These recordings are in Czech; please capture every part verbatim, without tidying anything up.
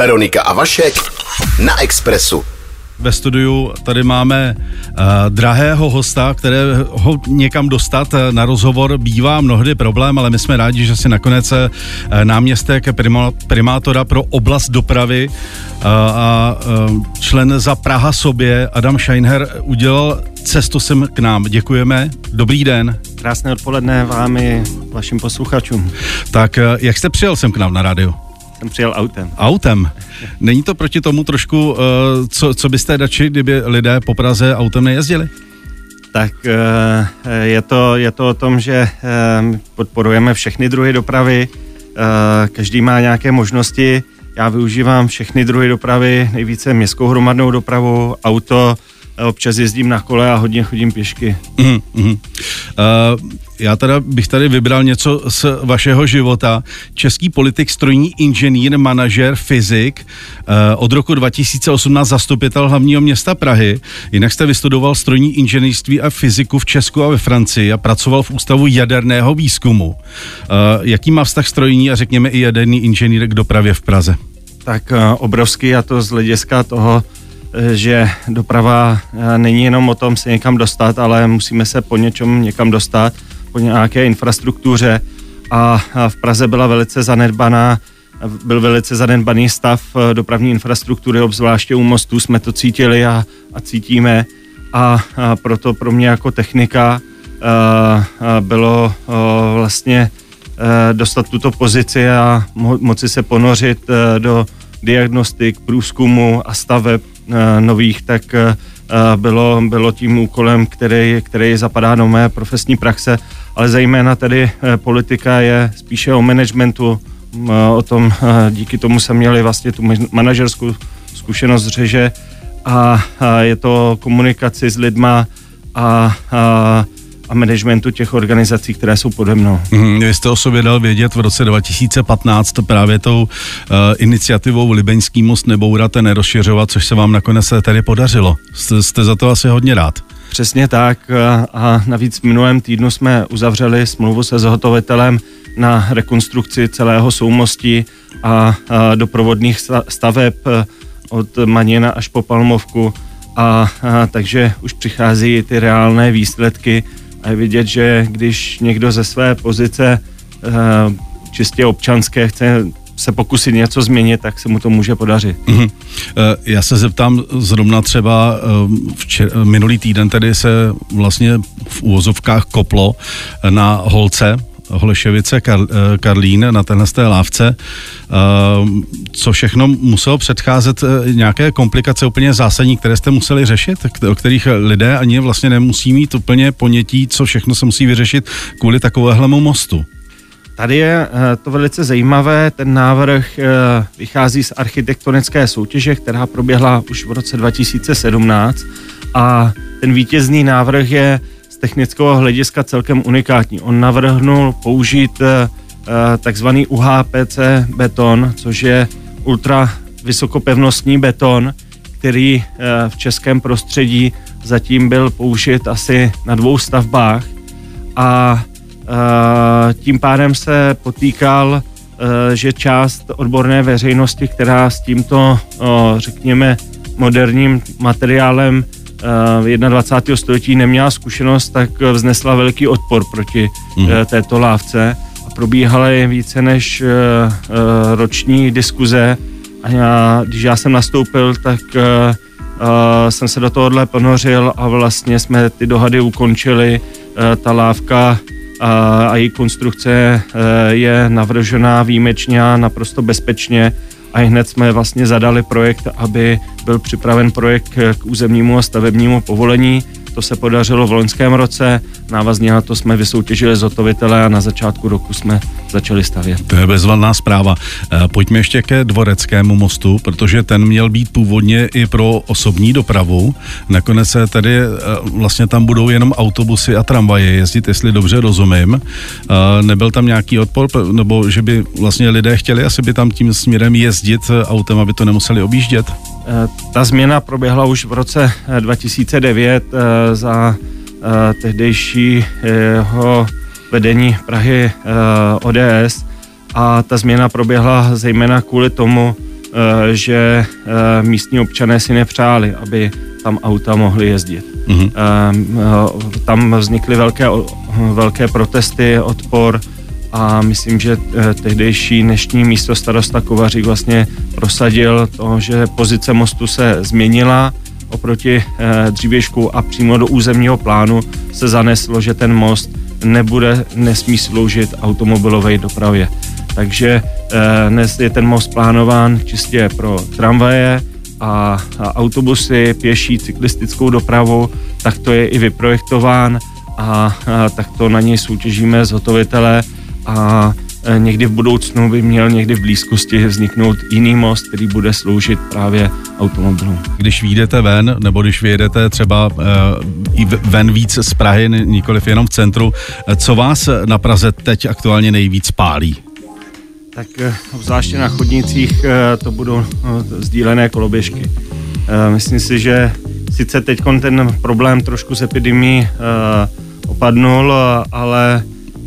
Veronika a Vašek na Expressu. Ve studiu tady máme uh, drahého hosta, kterého někam dostat na rozhovor bývá mnohdy problém, ale my jsme rádi, že si nakonec uh, náměstek prima, primátora pro oblast dopravy uh, a uh, člen za Praha sobě Adam Scheinher udělal cestu sem k nám. Děkujeme. Dobrý den. Krásné odpoledne vám i vašim posluchačům. Tak uh, jak jste přijel sem k nám na rádio? Jsem přijel autem. Autem? Není to proti tomu trošku, uh, co, co byste radši, kdyby lidé po Praze autem nejezdili? Tak uh, je to, je to o tom, že uh, podporujeme všechny druhy dopravy, uh, každý má nějaké možnosti, já využívám všechny druhy dopravy, nejvíce městskou hromadnou dopravu, auto, občas jezdím na kole a hodně chodím pěšky. Mm, mm. Uh, já teda bych tady vybral něco z vašeho života. Český politik, strojní inženýr, manažer, fyzik, uh, od roku dva tisíce osmnáct zastupitel hlavního města Prahy. Jinak jste vystudoval strojní inženýrství a fyziku v Česku a ve Francii a pracoval v Ústavu jaderného výzkumu. Uh, jaký má vztah strojní a řekněme i jaderný inženýr k dopravě v Praze? Tak uh, obrovský, a to z hlediska toho, že doprava není jenom o tom se někam dostat, ale musíme se po něčem někam dostat, po nějaké infrastruktuře a v Praze byla velice zanedbaná, byl velice zanedbaný stav dopravní infrastruktury, obzvláště u mostů jsme to cítili a, a cítíme a, a proto pro mě jako technika a, a bylo a, vlastně a, dostat tuto pozici a mo- moci se ponořit a, do diagnostik, průzkumu a staveb nových, tak bylo, bylo tím úkolem, který, který zapadá do mé profesní praxe, ale zejména tedy politika je spíše o managementu, o tom, díky tomu jsem měli vlastně tu manažerskou zkušenost řeže a, a je to komunikaci s lidma a, a a managementu těch organizací, které jsou pode mnou. Mm, vy jste o sobě dal vědět v roce dva tisíce patnáct právě tou uh, iniciativou Libeňský most nebourat a nerozšiřovat, což se vám nakonec tady podařilo. Jste, jste za to asi hodně rád. Přesně tak a, a navíc v minulém týdnu jsme uzavřeli smlouvu se zhotovitelem na rekonstrukci celého soumostí a, a doprovodných staveb od Maněna až po Palmovku a, a takže už přichází ty reálné výsledky. A je vidět, že když někdo ze své pozice e, čistě občanské chce se pokusit něco změnit, tak se mu to může podařit. Mm-hmm. E, já se zeptám zrovna třeba e, včer, minulý týden tedy se vlastně v úvozovkách koplo na Holce, Holešovice, Kar, Karlín, na téhle té lávce. Co všechno muselo předcházet, nějaké komplikace úplně zásadní, které jste museli řešit, o kterých lidé ani vlastně nemusí mít úplně ponětí, co všechno se musí vyřešit kvůli takovéhlemu mostu? Tady je to velice zajímavé, ten návrh vychází z architektonické soutěže, která proběhla už v roce dva tisíce sedmnáct a ten vítězný návrh je z technického hlediska celkem unikátní. On navrhnul použít takzvaný U H P C beton, což je ultra vysokopevnostní beton, který v českém prostředí zatím byl použit asi na dvou stavbách a tím pádem se potýkal, že část odborné veřejnosti, která s tímto, řekněme, moderním materiálem dvacátého prvního století neměla zkušenost, tak vznesla velký odpor proti mm. této lávce a probíhaly více než roční diskuze a já, když já jsem nastoupil, tak jsem se do tohohle ponořil a vlastně jsme ty dohady ukončili. Ta lávka a, a její konstrukce je navržená výjimečně a naprosto bezpečně a hned jsme vlastně zadali projekt, aby byl připraven projekt k územnímu a stavebnímu povolení. To se podařilo v loňském roce, návazně na to jsme vysoutěžili zhotovitele a na začátku roku jsme začali stavět. To je bezvadná zpráva. Pojďme ještě ke Dvoreckému mostu, protože ten měl být původně i pro osobní dopravu. Nakonec se tady vlastně tam budou jenom autobusy a tramvaje jezdit, jestli dobře rozumím. Nebyl tam nějaký odpor, nebo že by vlastně lidé chtěli asi by tam tím směrem jezdit autem, aby to nemuseli objíždět? Ta změna proběhla už v roce dva tisíce devět za tehdejšího vedení Prahy O D S a ta změna proběhla zejména kvůli tomu, že místní občané si nepřáli, aby tam auta mohly jezdit. Mm-hmm. Tam vznikly velké, velké protesty, odpor a myslím, že tehdejší dnešní místostarosta Kovařík vlastně prosadil to, že pozice mostu se změnila oproti dřívějšku a přímo do územního plánu se zaneslo, že ten most nebude, nesmí sloužit automobilové dopravě. Takže dnes je ten most plánován čistě pro tramvaje a, a autobusy, pěší, cyklistickou dopravu, tak to je i vyprojektován a, a tak to na něj soutěžíme zhotovitele a někdy v budoucnu by měl někdy v blízkosti vzniknout jiný most, který bude sloužit právě automobilům. Když vyjdete ven, nebo když vyjedete třeba uh, i ven víc z Prahy, nikoliv jenom v centru, co vás na Praze teď aktuálně nejvíc pálí? Tak zvláště na chodnících to budou sdílené koloběžky. Myslím si, že sice teď ten problém trošku z epidemií opadnul, ale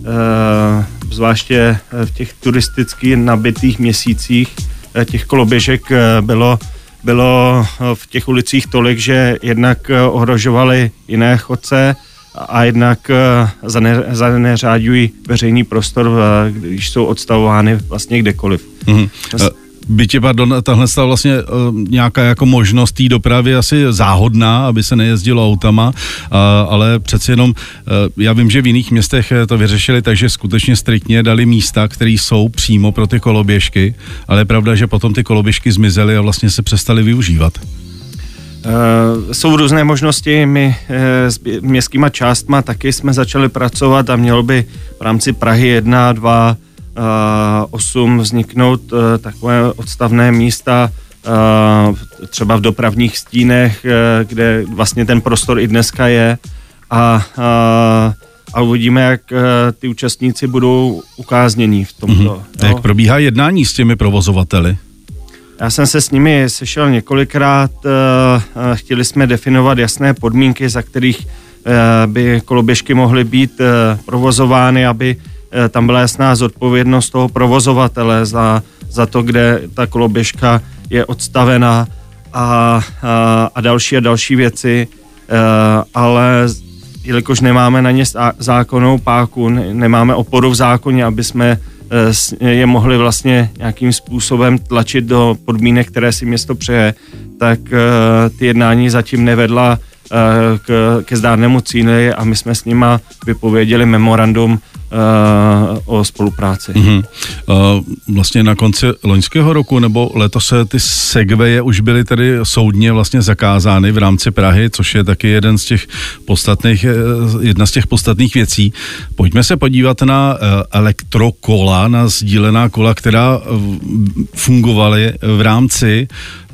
zvláště v těch turisticky nabitých měsících těch koloběžek bylo, bylo v těch ulicích tolik, že jednak ohrožovaly jiné chodce a jednak zaneřáďují veřejný prostor, když jsou odstavovány vlastně kdekoliv. Mm-hmm. Bytě, pardon, tahle stala vlastně nějaká jako možnost té dopravy asi záhodná, aby se nejezdilo autama, ale přeci jenom, já vím, že v jiných městech to vyřešili, takže skutečně striktně dali místa, které jsou přímo pro ty koloběžky, ale je pravda, že potom ty koloběžky zmizely a vlastně se přestaly využívat. Uh, jsou různé možnosti, my uh, s městskýma částma taky jsme začali pracovat a mělo by v rámci Prahy jedna, dva, osm vzniknout uh, takové odstavné místa uh, třeba v dopravních stínech, uh, kde vlastně ten prostor i dneska je a, uh, a uvidíme, jak uh, ty účastníci budou ukáznění v tomto. Mm-hmm. Jak probíhá jednání s těmi provozovateli? Já jsem se s nimi sešel několikrát, chtěli jsme definovat jasné podmínky, za kterých by koloběžky mohly být provozovány, aby tam byla jasná zodpovědnost toho provozovatele za, za to, kde ta koloběžka je odstavena a, a, a další a další věci, ale jelikož nemáme na ně zákonnou páku, nemáme oporu v zákoně, aby jsme je mohli vlastně nějakým způsobem tlačit do podmínek, které si město přeje, tak ty jednání zatím nevedla k, ke zdárnému cíli a my jsme s nima vypověděli memorandum o spolupráci. Mm-hmm. Vlastně na konci loňského roku nebo letos ty segwaye už byly tedy soudně vlastně zakázány v rámci Prahy, což je taky jeden z těch podstatných, jedna z těch podstatných věcí. Pojďme se podívat na elektrokola, na sdílená kola, která fungovaly v rámci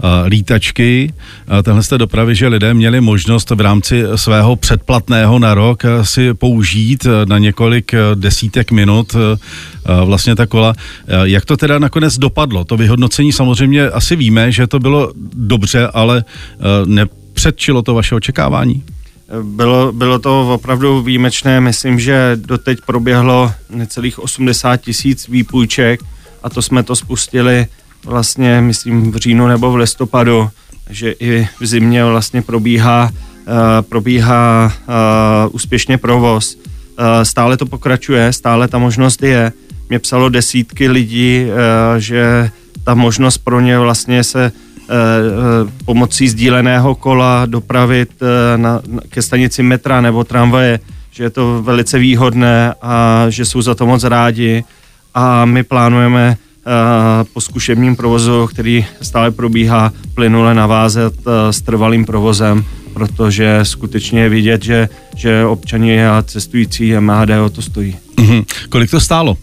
lítačky téhle dopravy, že lidé měli možnost v rámci svého předplatného na rok si použít na několik desítek minut vlastně ta kola. Jak to teda nakonec dopadlo? To vyhodnocení samozřejmě asi víme, že to bylo dobře, ale nepředčilo to vaše očekávání? Bylo, bylo to opravdu výjimečné. Myslím, že doteď proběhlo necelých osmdesát tisíc výpůjček a to jsme to spustili vlastně, myslím, v říjnu nebo v listopadu, že i v zimě vlastně probíhá, uh, probíhá uh, úspěšně provoz. Uh, stále to pokračuje, stále ta možnost je. Mě psalo desítky lidí, uh, že ta možnost pro ně vlastně se uh, pomocí sdíleného kola dopravit uh, na, ke stanici metra nebo tramvaje, že je to velice výhodné a že jsou za to moc rádi a my plánujeme po zkušebním provozu, který stále probíhá, plynule navázat s trvalým provozem, protože skutečně je vidět, že, že občani a cestující M H D o to stojí. Mm-hmm. Kolik to stálo?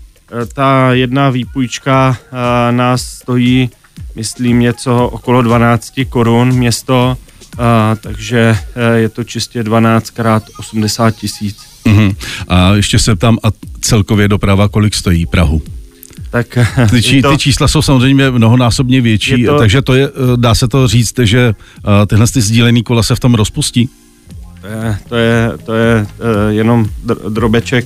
Ta jedna výpůjčka nás stojí, myslím, něco okolo dvanáct korun město, takže je to čistě dvanáct krát osmdesát tisíc. Mm-hmm. A ještě se ptám, a celkově doprava kolik stojí Prahu? Tak ty, či, to, ty čísla jsou samozřejmě mnohonásobně větší, to, takže to je, dá se to říct, že uh, tyhle ty sdílený kola se v tom rozpustí? To je, to je, to je uh, jenom drobeček.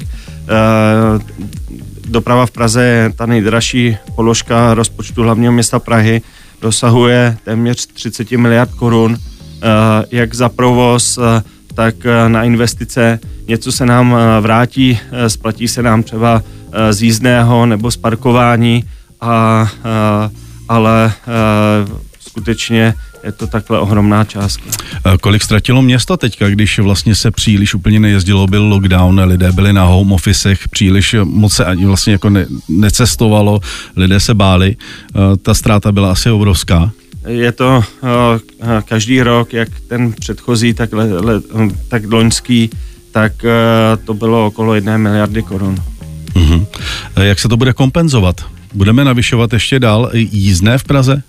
Uh, doprava v Praze je ta nejdražší položka rozpočtu hlavního města Prahy. dosahuje téměř třicet miliard korun, jak za provoz, tak na investice. Něco se nám vrátí, splatí se nám třeba z jízdného nebo z parkování, a, ale skutečně je to takhle ohromná částka. Kolik ztratilo město teďka, když vlastně se příliš úplně nejezdilo, byl lockdown, lidé byli na home officech, příliš moc se ani vlastně jako ne, necestovalo, lidé se báli, ta ztráta byla asi obrovská. Je to každý rok, jak ten předchozí, tak, le, le, tak loňský, tak to bylo okolo jedné miliardy korun. Uh-huh. Jak se to bude kompenzovat? Budeme navyšovat ještě dál jízdné v Praze?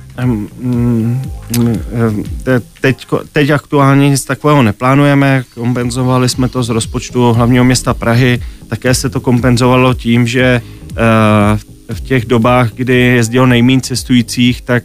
Teď, teď aktuálně nic takového neplánujeme, kompenzovali jsme to z rozpočtu hlavního města Prahy, také se to kompenzovalo tím, že v těch dobách, kdy jezdilo nejméně cestujících, tak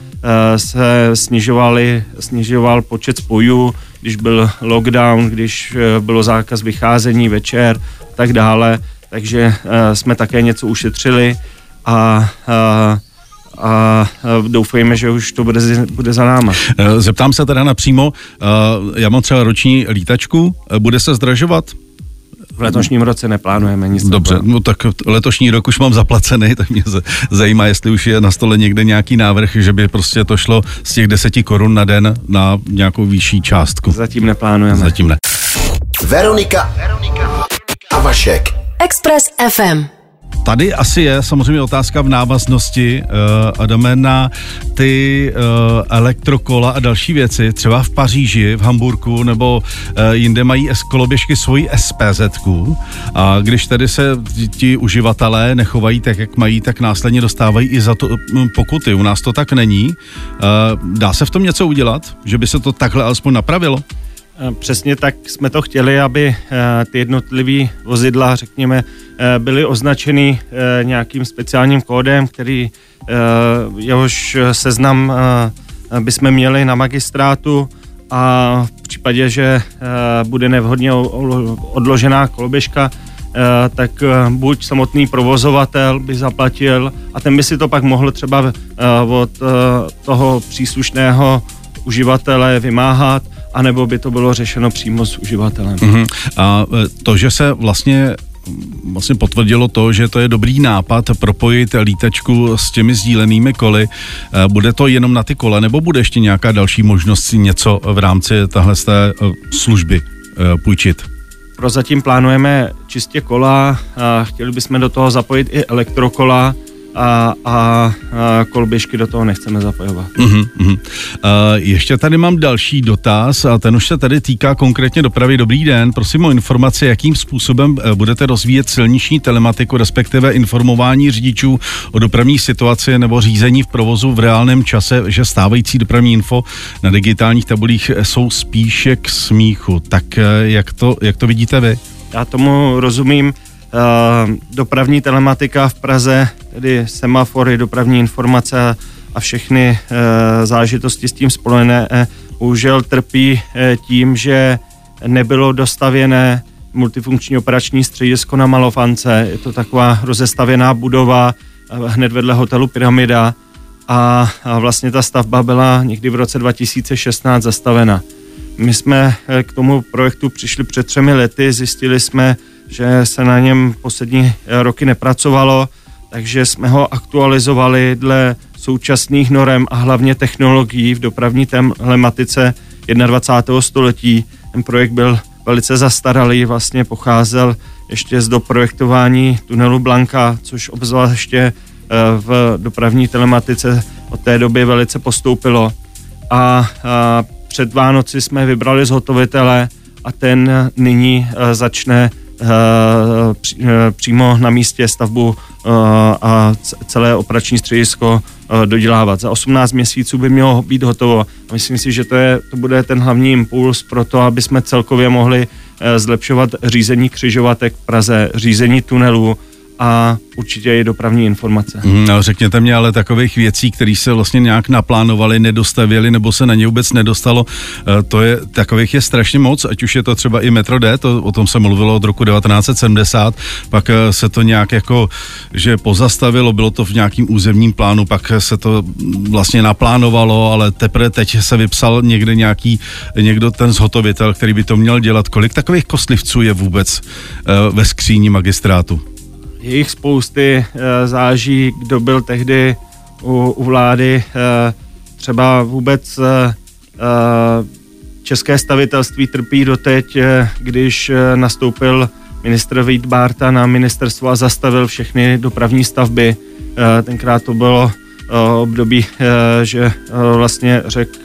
se snižovali, snižoval počet spojů, když byl lockdown, když bylo zákaz vycházení večer a tak dále, takže jsme také něco ušetřili a, a a doufejme, že už to bude, bude za náma. Zeptám se teda napřímo, já mám třeba roční lítačku, bude se zdražovat? V letošním roce neplánujeme nic. Dobře, takového. No tak letošní rok už mám zaplacený, tak mě zajímá, jestli už je na stole někde nějaký návrh, že by prostě to šlo z těch deseti korun na den na nějakou vyšší částku. Zatím neplánujeme. Zatím ne. Veronika, Veronika a Vašek. Express ef em. Tady asi je samozřejmě otázka v návaznosti, uh, Adame, na ty uh, elektrokola a další věci. Třeba v Paříži, v Hamburku nebo uh, jinde mají koloběžky svoji es pé zetku a když tedy se ti uživatelé nechovají tak, jak mají, tak následně dostávají i za to pokuty. U nás to tak není. Uh, dá se v tom něco udělat? Že by se to takhle alespoň napravilo? Přesně tak jsme to chtěli, aby ty jednotlivé vozidla, řekněme, byly označeny nějakým speciálním kódem, který jehož seznam bychom měli na magistrátu a v případě, že bude nevhodně odložená koloběžka, tak buď samotný provozovatel by zaplatil a ten by si to pak mohl třeba od toho příslušného uživatele vymáhat, anebo by to bylo řešeno přímo s uživatelem. Uh-huh. A to, že se vlastně vlastně potvrdilo to, že to je dobrý nápad propojit lítačku s těmi sdílenými koly, bude to jenom na ty kola, nebo bude ještě nějaká další možnost si něco v rámci tahle služby půjčit? Prozatím plánujeme čistě kola, a chtěli bychom do toho zapojit i elektrokola, a, a, a kolběžky do toho nechceme zapojovat. Uh-huh, uh-huh. Uh, ještě tady mám další dotaz a ten už se tady týká konkrétně dopravy. Dobrý den, prosím o informaci, jakým způsobem budete rozvíjet silniční telematiku, respektive informování řidičů o dopravní situaci nebo řízení v provozu v reálném čase, že stávající dopravní info na digitálních tabulích jsou spíše k smíchu. Tak jak to, jak to vidíte vy? Já tomu rozumím. Uh, dopravní telematika v Praze, tedy semafory, dopravní informace a všechny uh, zážitosti s tím spojené, uh, bohužel trpí uh, tím, že nebylo dostavěné multifunkční operační středisko na Malofance. Je to taková rozestavěná budova uh, hned vedle hotelu Pyramida a, a vlastně ta stavba byla někdy v roce dva tisíce šestnáct zastavena. My jsme uh, k tomu projektu přišli před třemi lety, zjistili jsme, že se na něm poslední roky nepracovalo, takže jsme ho aktualizovali dle současných norem a hlavně technologií v dopravní telematice dvacátého prvního století. Ten projekt byl velice zastaralý, vlastně pocházel ještě z doprojektování tunelu Blanka, což obzvláště v dopravní telematice od té doby velice postoupilo. A, a před Vánoci jsme vybrali zhotovitele a ten nyní začne přímo na místě stavbu a celé operační středisko dodělávat. Za osmnáct měsíců by mělo být hotovo. Myslím si, že to, je, to bude ten hlavní impuls pro to, aby jsme celkově mohli zlepšovat řízení křižovatek v Praze, řízení tunelů a určitě i dopravní informace. Mm, no, řekněte mě ale takových věcí, které se vlastně nějak naplánovaly, nedostavěly nebo se na ně vůbec nedostalo, to je, takových je strašně moc, ať už je to třeba i metro D, to, o tom se mluvilo od roku devatenáct set sedmdesát, pak se to nějak jako, že pozastavilo, bylo to v nějakým územním plánu, pak se to vlastně naplánovalo, ale teprve teď se vypsal někde nějaký, někdo ten zhotovitel, který by to měl dělat. Kolik takových kostlivců je vůbec ve skříni magistrátu? Je jich spousty, záží, kdo byl tehdy u, u vlády, třeba vůbec české stavitelství trpí doteď, když nastoupil ministr Vít Bárta na ministerstvo a zastavil všechny dopravní stavby. Tenkrát to bylo období, že vlastně řekl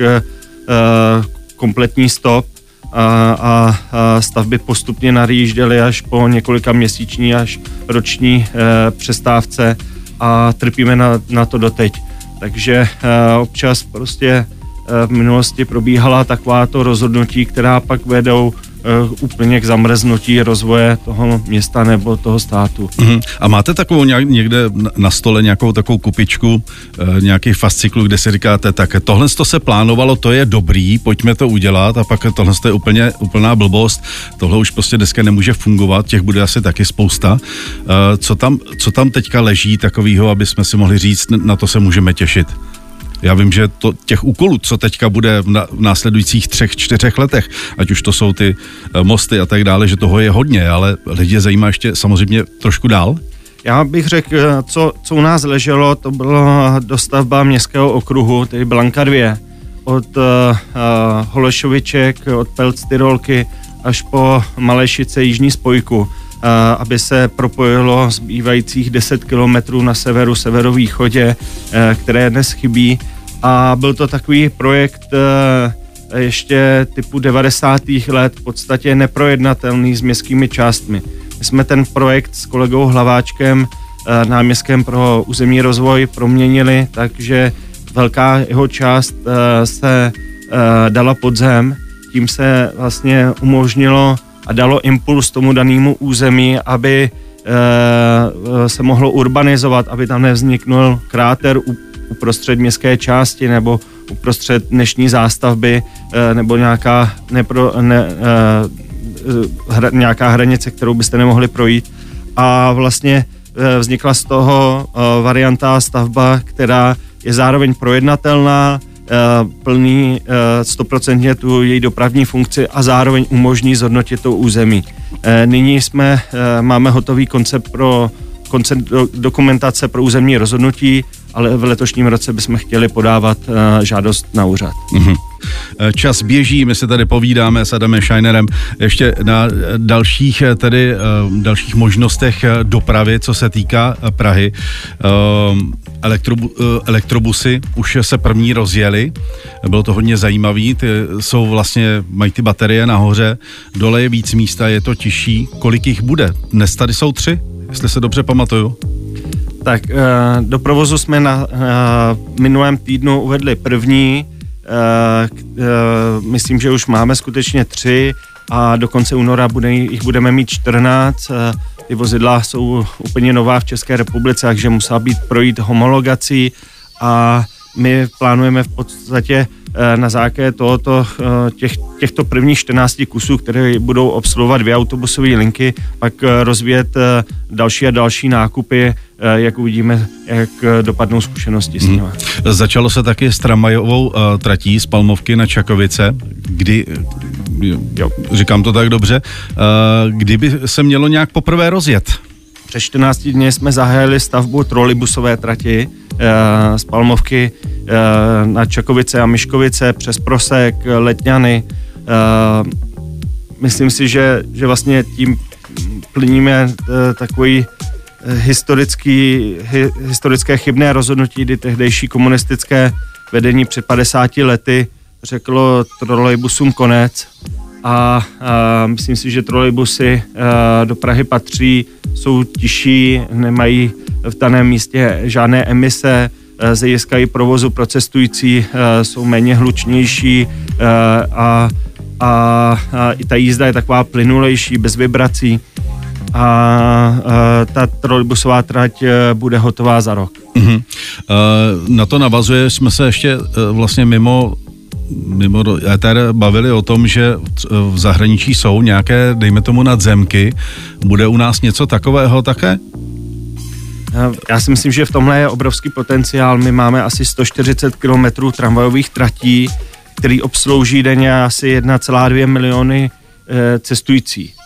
kompletní stop a, a, a stavby postupně narýžděly až po několika měsíční až roční e, přestávce a trpíme na, na to doteď. Takže e, občas prostě e, v minulosti probíhala takováto rozhodnutí, která pak vedou úplně k zamrznutí rozvoje toho města nebo toho státu. Uhum. A máte takovou nějak, někde na stole nějakou takovou kupičku, e, nějaký fasciklu, kde si říkáte, tak tohle to se plánovalo, to je dobrý, pojďme to udělat a pak tohle je úplně úplná blbost, tohle už prostě dneska nemůže fungovat, těch bude asi taky spousta. E, co tam, co tam teďka leží takovýho, aby jsme si mohli říct, na to se můžeme těšit? Já vím, že to, těch úkolů, co teďka bude v, na, v následujících třech, čtyřech letech, ať už to jsou ty e, mosty a tak dále, že toho je hodně, ale lidi zajímá ještě samozřejmě trošku dál. Já bych řekl, co, co u nás leželo, to byla dostavba městského okruhu, tedy Blanka dva, od uh, uh, Holešoviček, od Pelc-Tyrolky až po Malešice jižní spojku, uh, aby se propojilo zbývajících deset kilometrů na severu, severovýchodě, uh, které dnes chybí. A byl to takový projekt uh, ještě typu devadesátých let, v podstatě neprojednatelný s městskými částmi. My jsme ten projekt s kolegou Hlaváčkem, uh, náměstkem pro územní rozvoj, proměnili, takže velká jeho část uh, se uh, dala pod zem. Tím se vlastně umožnilo a dalo impuls tomu danému území, aby uh, se mohlo urbanizovat, aby tam nevzniknul kráter uprostřed městské části nebo uprostřed dnešní zástavby uh, nebo nějaká, nepro, ne, uh, hra, nějaká hranice, kterou byste nemohli projít. A vlastně uh, vznikla z toho uh, varianta stavba, která je zároveň projednatelná, plný stoprocentně tu její dopravní funkci a zároveň umožní zhodnotit to území. Nyní jsme, máme hotový koncept pro koncept dokumentace pro územní rozhodnutí, ale v letošním roce bychom chtěli podávat žádost na úřad. Mm-hmm. Čas běží, my se tady povídáme s Adamem Scheinerem ještě na dalších, tedy, dalších možnostech dopravy, co se týká Prahy. Elektrobu, elektrobusy už se první rozjeli, bylo to hodně zajímavý, ty jsou vlastně, mají ty baterie nahoře, dole je víc místa, je to tižší. Kolik jich bude? Dnes tady jsou tři, jestli se dobře pamatuju. Tak do provozu jsme na minulém týdnu uvedli první, myslím, že už máme skutečně tři a do konce února bude, jich budeme mít čtrnáct. Ty vozidla jsou úplně nová v České republice, takže musela být projít homologací a my plánujeme v podstatě na základě tohoto, těch, těchto prvních čtrnácti kusů, které budou obsluhovat dvě autobusové linky, pak rozvíjet další a další nákupy, jak uvidíme, jak dopadnou zkušenosti s nimi. Hmm. Začalo se taky s tramvajovou uh, tratí z Palmovky na Čakovice, kdy, jo, říkám to tak dobře, uh, kdyby se mělo nějak poprvé rozjet? Před čtrnácti dny jsme zahájili stavbu trolejbusové trati z Palmovky na Čakovice a Miškovice přes Prosek, Letňany. Myslím si, že, že vlastně tím plníme takový historický, historické chybné rozhodnutí, kdy tehdejší komunistické vedení před padesáti lety řeklo trolejbusům konec. A, a myslím si, že trolejbusy a, do Prahy patří, jsou tižší, nemají v daném místě žádné emise, z hlediska i provozu pro cestující a, jsou méně hlučnější a, a, a, a i ta jízda je taková plynulejší, bez vibrací. a ta trolejbusová trať bude hotová za rok. Uh-huh. Na to navazuje, jsme se ještě vlastně mimo mimo éter bavili o tom, že v zahraničí jsou nějaké, dejme tomu, nadzemky. Bude u nás něco takového také? Já si myslím, že v tomhle je obrovský potenciál. My máme asi sto čtyřicet kilometrů tramvajových tratí, který obslouží denně asi jedna celá dvě miliony e, cestující. E,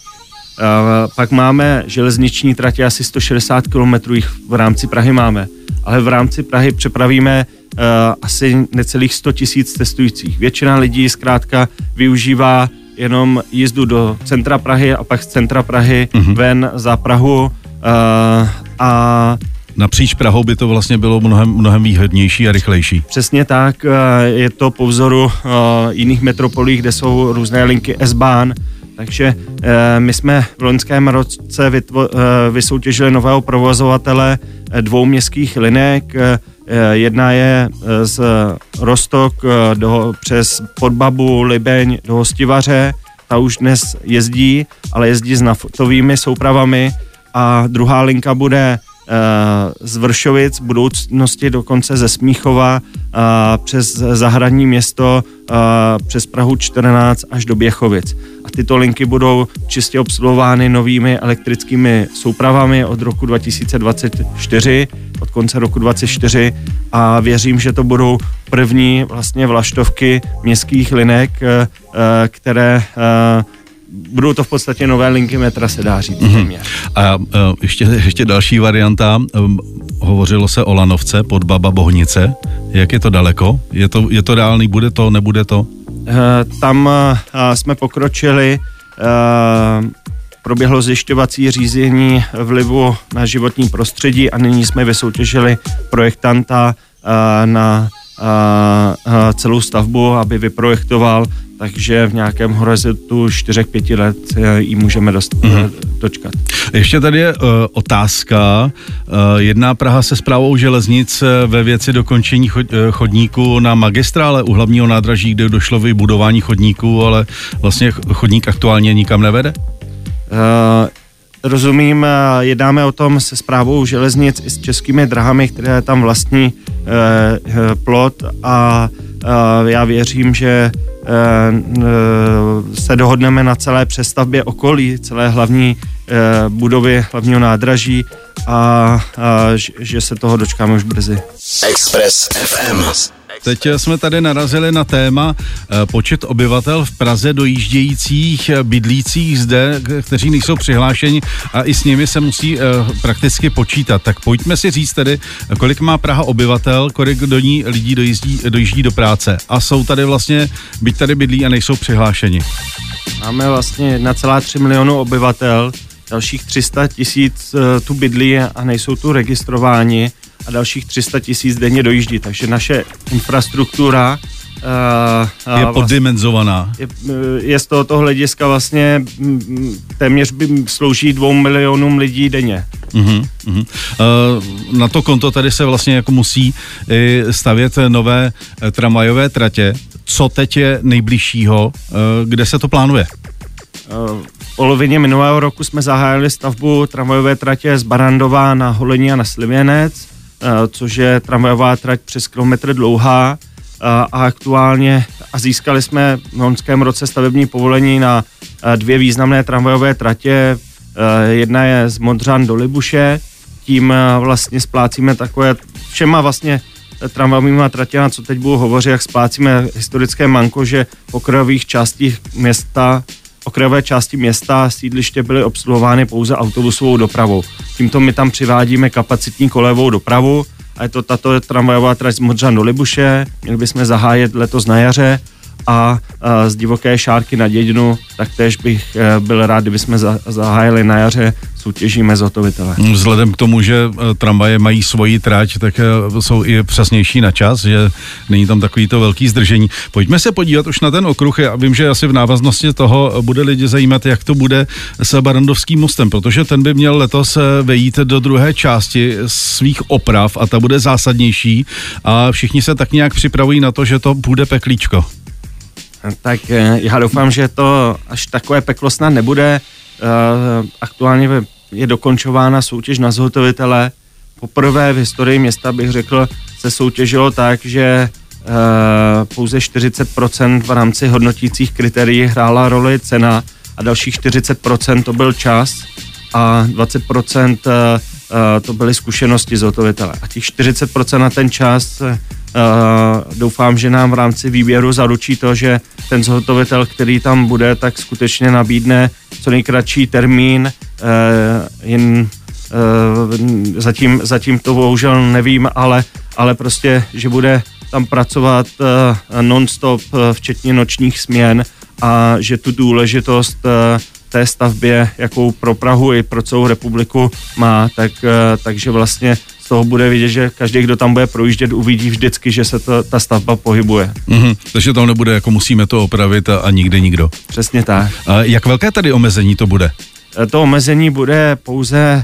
pak máme železniční tratě, asi sto šedesát kilometrů jich v rámci Prahy máme. Ale v rámci Prahy přepravíme e, asi necelých sto tisíc cestujících. Většina lidí zkrátka využívá jenom jízdu do centra Prahy a pak z centra Prahy mm-hmm. ven za Prahu e, a napříč Prahou by to vlastně bylo mnohem, mnohem výhodnější a rychlejší. Přesně tak, je to po vzoru jiných metropolí, kde jsou různé linky S-Bahn, takže my jsme v loňském roce vytvo- vysoutěžili nového provozovatele dvou městských linek. Jedna je z Roztok do, přes Podbabu, Libeň do Hostivaře, ta už dnes jezdí, ale jezdí s naftovými soupravami. A druhá linka bude uh, z Vršovic, v budoucnosti dokonce ze Smíchova uh, přes zahradní město, uh, přes Prahu čtrnáct až do Běchovic. A tyto linky budou čistě obsluhovány novými elektrickými soupravami od roku dva tisíce dvacet čtyři, od konce roku dvacet čtyři a věřím, že to budou první vlastně vlaštovky městských linek, uh, které uh, budou to v podstatě nové linky metra, se dá říct. Mm-hmm. A uh, ještě, ještě další varianta, um, hovořilo se o lanovce pod Baba Bohnice. Jak je to daleko? Je to, je to reálný, bude to, nebude to? Uh, tam uh, jsme pokročili, uh, proběhlo zjišťovací řízení vlivu na životní prostředí a nyní jsme vysoutěžili projektanta uh, na uh, uh, celou stavbu, aby vyprojektoval, takže v nějakém horizontu čtyřech pěti let ji můžeme dost, mm-hmm. dočkat. Ještě tady je uh, otázka. Uh, jedná Praha se správou železnic ve věci dokončení chod, uh, chodníku na magistrále u hlavního nádraží, kde došlo vybudování chodníku, ale vlastně chodník aktuálně nikam nevede? Uh, rozumím, jednáme o tom se správou železnic i s Českými drahami, které tam vlastní uh, plot a uh, já věřím, že se dohodneme na celé přestavbě okolí, celé hlavní budovy hlavního nádraží a, a že se toho dočkáme už brzy. Express ef em. Teď jsme tady narazili na téma počet obyvatel v Praze dojíždějících, bydlících zde, kteří nejsou přihlášeni a i s nimi se musí prakticky počítat. Tak pojďme si říct tedy, kolik má Praha obyvatel, kolik do ní lidí dojíždí, dojíždí do práce. A jsou tady vlastně, byť tady bydlí a nejsou přihlášeni. Máme vlastně jedna celá tři milionu obyvatel, dalších tři sta tisíc tu bydlí a nejsou tu registrováni a dalších tři sta tisíc denně dojíždí, takže naše infrastruktura uh, je poddimenzovaná. Je, je z tohoto hlediska vlastně téměř by slouží dvou milionům lidí denně. Uh-huh, uh-huh. Uh, na to konto tady se vlastně jako musí stavět nové tramvajové tratě. Co teď je nejbližšího? Uh, kde se to plánuje? Uh, v polovině minulého roku jsme zahájili stavbu tramvajové tratě z Barandova na Holení a na Slivěnec, což je tramvajová trať přes kilometr dlouhá a aktuálně a získali jsme v loňském roce stavební povolení na dvě významné tramvajové tratě. Jedna je z Modřan do Libuše, tím vlastně splácíme takové všema vlastně tramvajovýma tratěma, co teď budu hovořit, jak splácíme historické manko, že v okrajových částích města okrajové části města sídliště byly obsluhovány pouze autobusovou dopravou. Tímto my tam přivádíme kapacitní kolejovou dopravu a je to tato tramvajová trať z Modřan do Libuše. Měli bychom zahájit letos na jaře a, a z Divoké Šárky na Dědinu taktéž bych byl rád, kdybychom za, zahájili na jaře, soutěžíme zhotovitele. Vzhledem k tomu, že tramvaje mají svoji trať, tak jsou i přesnější na čas, že není tam takovýto velký zdržení. Pojďme se podívat už na ten okruh. Já vím, že asi v návaznosti toho bude lidi zajímat, jak to bude s Barandovským mostem, protože ten by měl letos vejít do druhé části svých oprav a ta bude zásadnější a všichni se tak nějak připravují na to, že to bude peklíčko. Tak já doufám, že to až takové peklo snad nebude. aktuálně je dokončována soutěž na zhotovitele. Poprvé v historii města, bych řekl, se soutěžilo tak, že pouze čtyřicet procent v rámci hodnotících kritérií hrála roli cena a dalších čtyřicet procent to byl čas a dvacet procent to byly zkušenosti zhotovitele. A těch čtyřicet procent na ten čas doufám, že nám v rámci výběru zaručí to, že ten zhotovitel, který tam bude, tak skutečně nabídne co nejkratší termín, jen zatím, zatím to bohužel nevím, ale, ale prostě, že bude tam pracovat non-stop, včetně nočních směn a že tu důležitost té stavbě, jakou pro Prahu i pro celou republiku má, tak, takže vlastně z toho bude vidět, že každý, kdo tam bude projíždět, uvidí vždycky, že se to, ta stavba pohybuje. Mm-hmm, takže tam nebude jako musíme to opravit a, a nikde nikdo. Přesně tak. A jak velké tady omezení to bude? To omezení bude pouze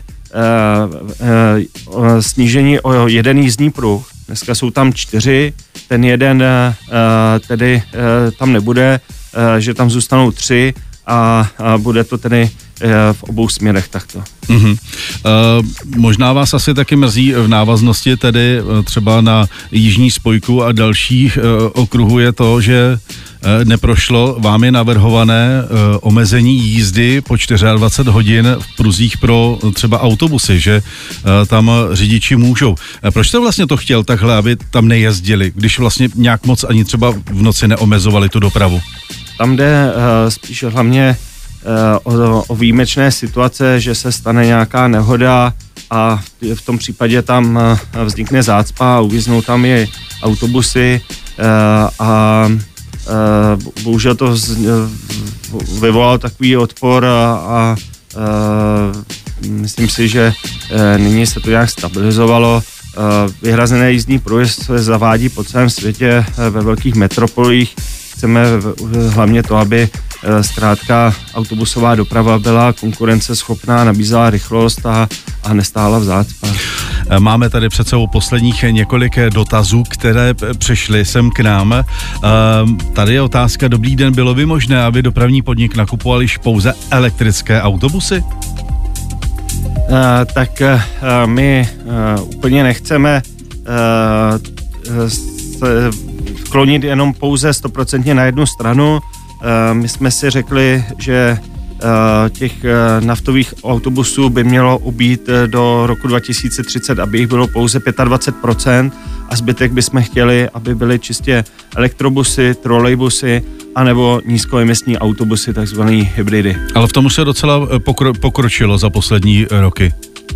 uh, uh, snížení o jeden jízdní pruh. Dneska jsou tam čtyři, ten jeden uh, tedy uh, tam nebude, uh, že tam zůstanou tři a, a bude to tedy uh, v obou směrech takto. Mm-hmm. Uh, možná vás asi taky mrzí v návaznosti tedy uh, třeba na jižní spojku a dalších uh, okruhů je to, že uh, neprošlo vámi navrhované uh, omezení jízdy po dvacet čtyři hodin v pruzích pro uh, třeba autobusy, že uh, tam řidiči můžou. Uh, proč jste vlastně to chtěl takhle, aby tam nejezdili, když vlastně nějak moc ani třeba v noci neomezovali tu dopravu? Tam jde uh, spíš hlavně uh, o, o výjimečné situace, že se stane nějaká nehoda a v tom případě tam uh, vznikne zácpa a uvíznou tam i autobusy uh, a uh, bohužel to vz, uh, vyvolalo takový odpor a, a uh, myslím si, že uh, nyní se to nějak stabilizovalo. Uh, vyhrazené jízdní pruhy se zavádí po celém světě uh, ve velkých metropolích. Chceme hlavně to, aby zkrátka autobusová doprava byla konkurenceschopná, nabízela rychlost a, a nestála v zácpách. Máme tady před sebou posledních několik dotazů, které přišly sem k nám. Tady je otázka, dobrý den, bylo by možné, aby dopravní podnik nakupoval již pouze elektrické autobusy? Tak my úplně nechceme se klonit jenom pouze stoprocentně na jednu stranu. My jsme si řekli, že těch naftových autobusů by mělo ubýt do roku dva tisíce třicet, aby jich bylo pouze dvacet pět procent a zbytek bychom chtěli, aby byly čistě elektrobusy, trolejbusy anebo nízkoemisní autobusy, takzvané hybridy. Ale v tom už se docela pokro- pokročilo za poslední roky.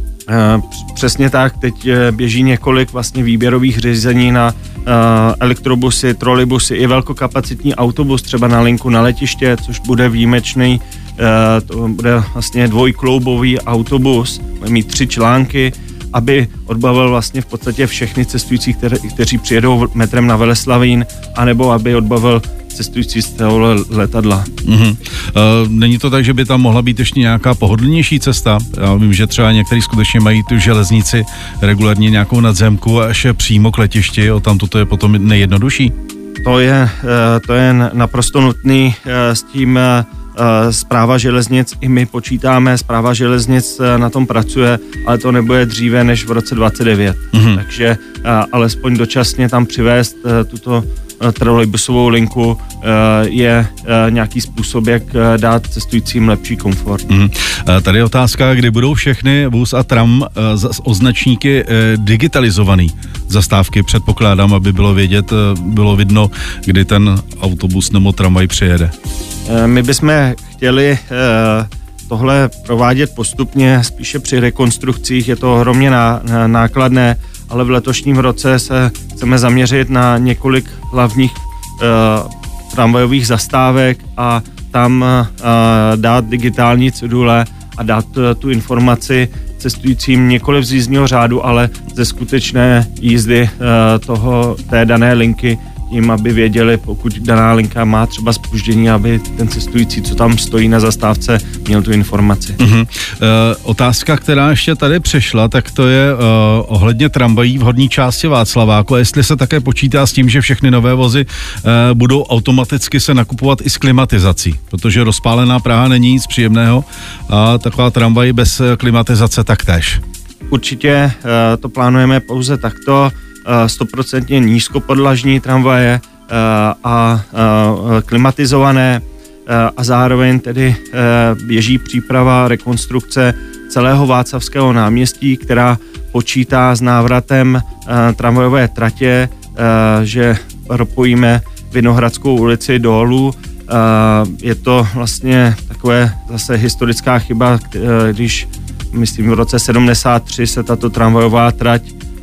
Přesně tak, teď běží několik vlastně výběrových řízení na elektrobusy, trolejbusy i velkokapacitní autobus, třeba na linku na letiště, což bude výjimečný, to bude vlastně dvojkloubový autobus, bude mít tři články, aby odbavil vlastně v podstatě všechny cestující, které, kteří přijedou metrem na Veleslavín, anebo aby odbavil cestující z toho letadla. Mm-hmm. Uh, není to tak, že by tam mohla být ještě nějaká pohodlnější cesta? Já vím, že třeba někteří skutečně mají tu železnici regulárně nějakou nadzemku až přímo k letišti, o tam toto je potom nejjednodušší? To je, uh, to je naprosto nutný, uh, s tím uh, Správa železnic, i my počítáme, Správa železnic uh, na tom pracuje, ale to nebude dříve než v roce dvacet devět. Mm-hmm. Takže uh, alespoň dočasně tam přivést uh, tuto trolejbusovou linku je nějaký způsob, jak dát cestujícím lepší komfort. Mm. Tady je otázka, kdy budou všechny bus a tram označníky digitalizovaný. Zastávky předpokládám, aby bylo vědět, bylo vidno, kdy ten autobus nebo tramvaj přijede. My bychom chtěli tohle provádět postupně, spíše při rekonstrukcích, je to ohromně nákladné, ale v letošním roce se chceme zaměřit na několik hlavních uh, tramvajových zastávek a tam uh, dát digitální cedule a dát uh, tu informaci cestujícím nikoliv z jízdního řádu, ale ze skutečné jízdy uh, toho, té dané linky, tím, aby věděli, pokud daná linka má třeba zpoždění, aby ten cestující, co tam stojí na zastávce, měl tu informaci. Uh-huh. Uh, otázka, která ještě tady přešla, tak to je uh, ohledně tramvají v horní části Václaváku. A jestli se také počítá s tím, že všechny nové vozy uh, budou automaticky se nakupovat i s klimatizací, protože rozpálená Praha není nic příjemného a taková tramvaj bez klimatizace taktéž. Určitě uh, to plánujeme pouze takto, stoprocentně nízkopodlažní tramvaje uh, a uh, klimatizované uh, a zároveň tedy uh, běží příprava rekonstrukce celého Václavského náměstí, která počítá s návratem uh, tramvajové tratě, uh, že propojíme Vinohradskou ulici dolů. Uh, je to vlastně takové zase historická chyba, když myslím v roce sedmdesát tři se tato tramvajová trať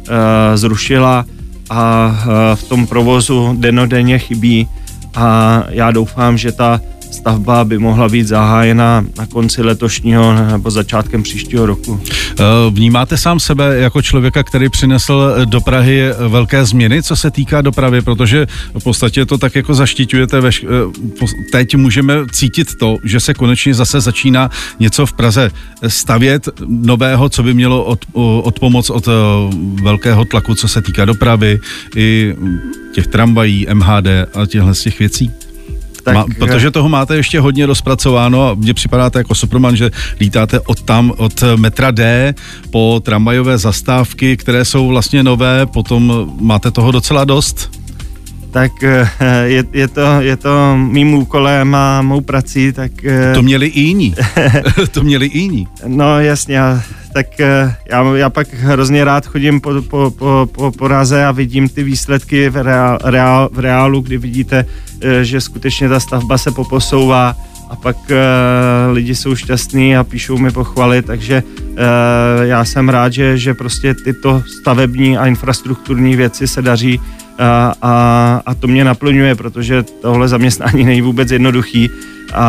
zrušila a v tom provozu dennodenně chybí a já doufám, že ta stavba by mohla být zahájena na konci letošního nebo začátkem příštího roku. Vnímáte sám sebe jako člověka, který přinesl do Prahy velké změny, co se týká dopravy, protože v podstatě to tak jako zaštiťujete, veš- teď můžeme cítit to, že se konečně zase začíná něco v Praze stavět nového, co by mělo od, od pomoc od velkého tlaku, co se týká dopravy, i těch tramvají, M H D a těchhle z těch věcí. Tak, Má, protože toho máte ještě hodně rozpracováno a mně připadáte jako Superman, že lítáte od tam, od metra D po tramvajové zastávky, které jsou vlastně nové, potom máte toho docela dost. Tak je, je, to, je to mým úkolem a mou prací, tak... To měli i jiní. to měli i jiní. No jasně, tak já, já pak hrozně rád chodím po, po, po, po Praze a vidím ty výsledky v, reál, reál, v reálu, kdy vidíte, že skutečně ta stavba se poposouvá a pak uh, lidi jsou šťastní a píšou mi pochvaly, takže uh, já jsem rád, že, že prostě tyto stavební a infrastrukturní věci se daří a, a, a to mě naplňuje, protože tohle zaměstnání není vůbec jednoduchý a,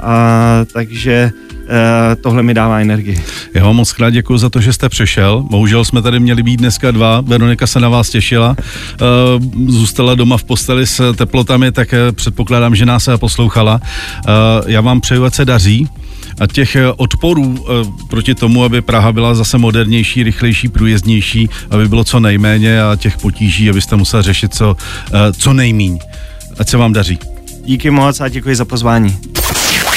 a takže tohle mi dává energii. Já vám moc krát děkuji za to, že jste přišel. Bohužel jsme tady měli být dneska dva. Veronika se na vás těšila. Zůstala doma v posteli s teplotami, tak předpokládám, že nás poslouchala. Já vám přeju, ať se daří. A těch odporů proti tomu, aby Praha byla zase modernější, rychlejší, průjezdnější, aby bylo co nejméně a těch potíží, abyste museli řešit co, co nejmíň. Ať se vám daří. Díky moc a děkuji za pozvání.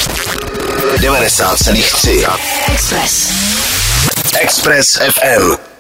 devadesát celá tři Express. Express F M.